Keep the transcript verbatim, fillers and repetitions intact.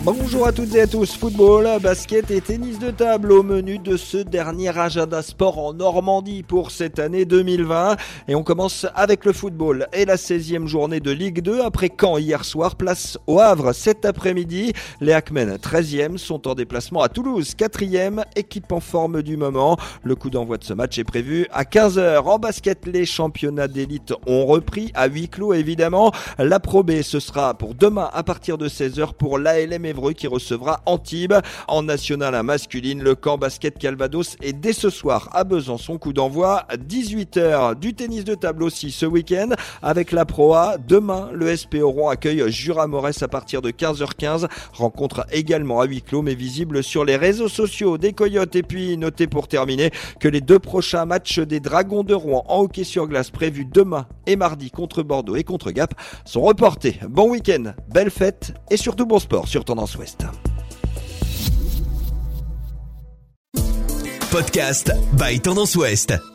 Bonjour à toutes et à tous, football, basket et tennis de table au menu de ce dernier agenda sport en Normandie pour cette année deux mille vingt. Et on commence avec le football et la seizième journée de Ligue deux après Caen hier soir, place au Havre cet après-midi. Les Hackmen treizième sont en déplacement à Toulouse, quatrième, équipe en forme du moment. Le coup d'envoi de ce match est prévu à quinze heures. En basket, les championnats d'élite ont repris à huis clos évidemment. La Pro B, ce sera pour demain à partir de seize heures pour l'A L M Évreux qui recevra Antibes. En national masculine, le camp basket Calvados est dès ce soir à Besançon, coup d'envoi dix-huit heures. Du tennis de table aussi ce week-end avec la Pro A. Demain, le S P Oron accueille Jura-Morès à partir de quinze heures quinze. Rencontre également à huis clos mais visible sur les réseaux sociaux des Coyotes. Et puis notez pour terminer que les deux prochains matchs des Dragons de Rouen en hockey sur glace prévus demain et mardi contre Bordeaux et contre Gap sont reportés. Bon week-end, belle fête et surtout bon sport sur Tendance Ouest. Podcast by Tendance Ouest.